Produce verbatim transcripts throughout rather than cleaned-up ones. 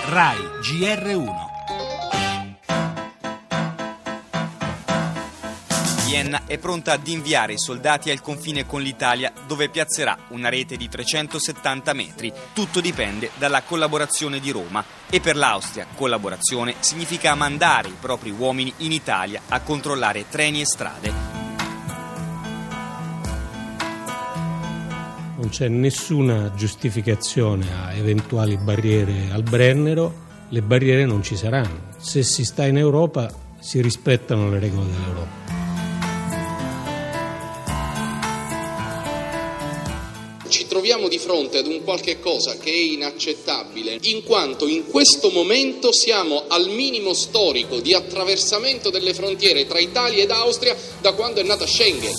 Rai G R uno. Vienna è pronta ad inviare i soldati al confine con l'Italia, dove piazzerà una rete di trecentosettanta metri. Tutto dipende dalla collaborazione di Roma. E per l'Austria collaborazione significa mandare i propri uomini in Italia a controllare treni e strade. Non c'è nessuna giustificazione a eventuali barriere al Brennero, le barriere non ci saranno. Se si sta in Europa si rispettano le regole dell'Europa. Ci troviamo di fronte ad un qualche cosa che è inaccettabile, in quanto in questo momento siamo al minimo storico di attraversamento delle frontiere tra Italia ed Austria da quando è nata Schengen.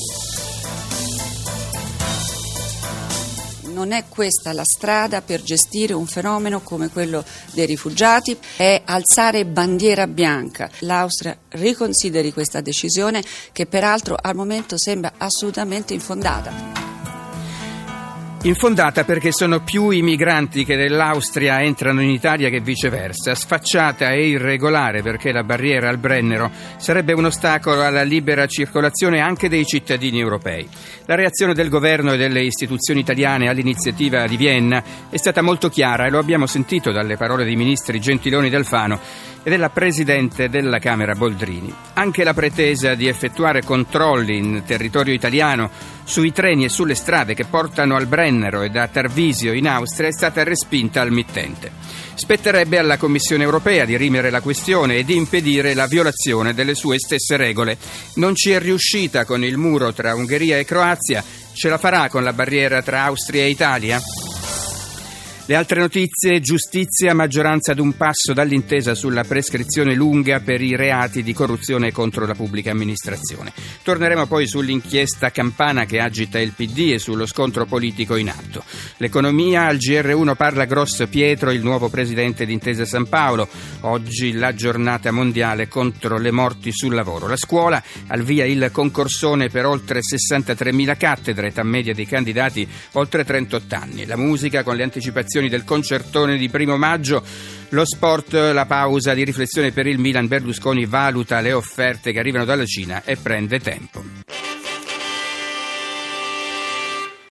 Non è questa la strada per gestire un fenomeno come quello dei rifugiati, è alzare bandiera bianca. L'Austria riconsideri questa decisione, che peraltro al momento sembra assolutamente infondata. Infondata perché sono più i migranti che dell'Austria entrano in Italia che viceversa, sfacciata e irregolare perché la barriera al Brennero sarebbe un ostacolo alla libera circolazione anche dei cittadini europei. La reazione del governo e delle istituzioni italiane all'iniziativa di Vienna è stata molto chiara e lo abbiamo sentito dalle parole dei ministri Gentiloni e Alfano e della Presidente della Camera Boldrini. Anche la pretesa di effettuare controlli in territorio italiano sui treni e sulle strade che portano al Brennero e da Tarvisio in Austria è stata respinta al mittente. Spetterebbe alla Commissione europea dirimere la questione e di impedire la violazione delle sue stesse regole. Non ci è riuscita con il muro tra Ungheria e Croazia, ce la farà con la barriera tra Austria e Italia? Le altre notizie: giustizia, maggioranza ad un passo dall'intesa sulla prescrizione lunga per i reati di corruzione contro la pubblica amministrazione. Torneremo poi sull'inchiesta Campana che agita il P D e sullo scontro politico in atto. L'economia, al G R uno parla Gross Pietro, il nuovo presidente di Intesa San Paolo. Oggi la giornata mondiale contro le morti sul lavoro. La scuola, al via il concorsone per oltre sessantatremila cattedre, età media dei candidati oltre trentotto anni. La musica con le anticipazioni del concertone di primo maggio. Lo sport, la pausa di riflessione per il Milan. Berlusconi valuta le offerte che arrivano dalla Cina e prende tempo.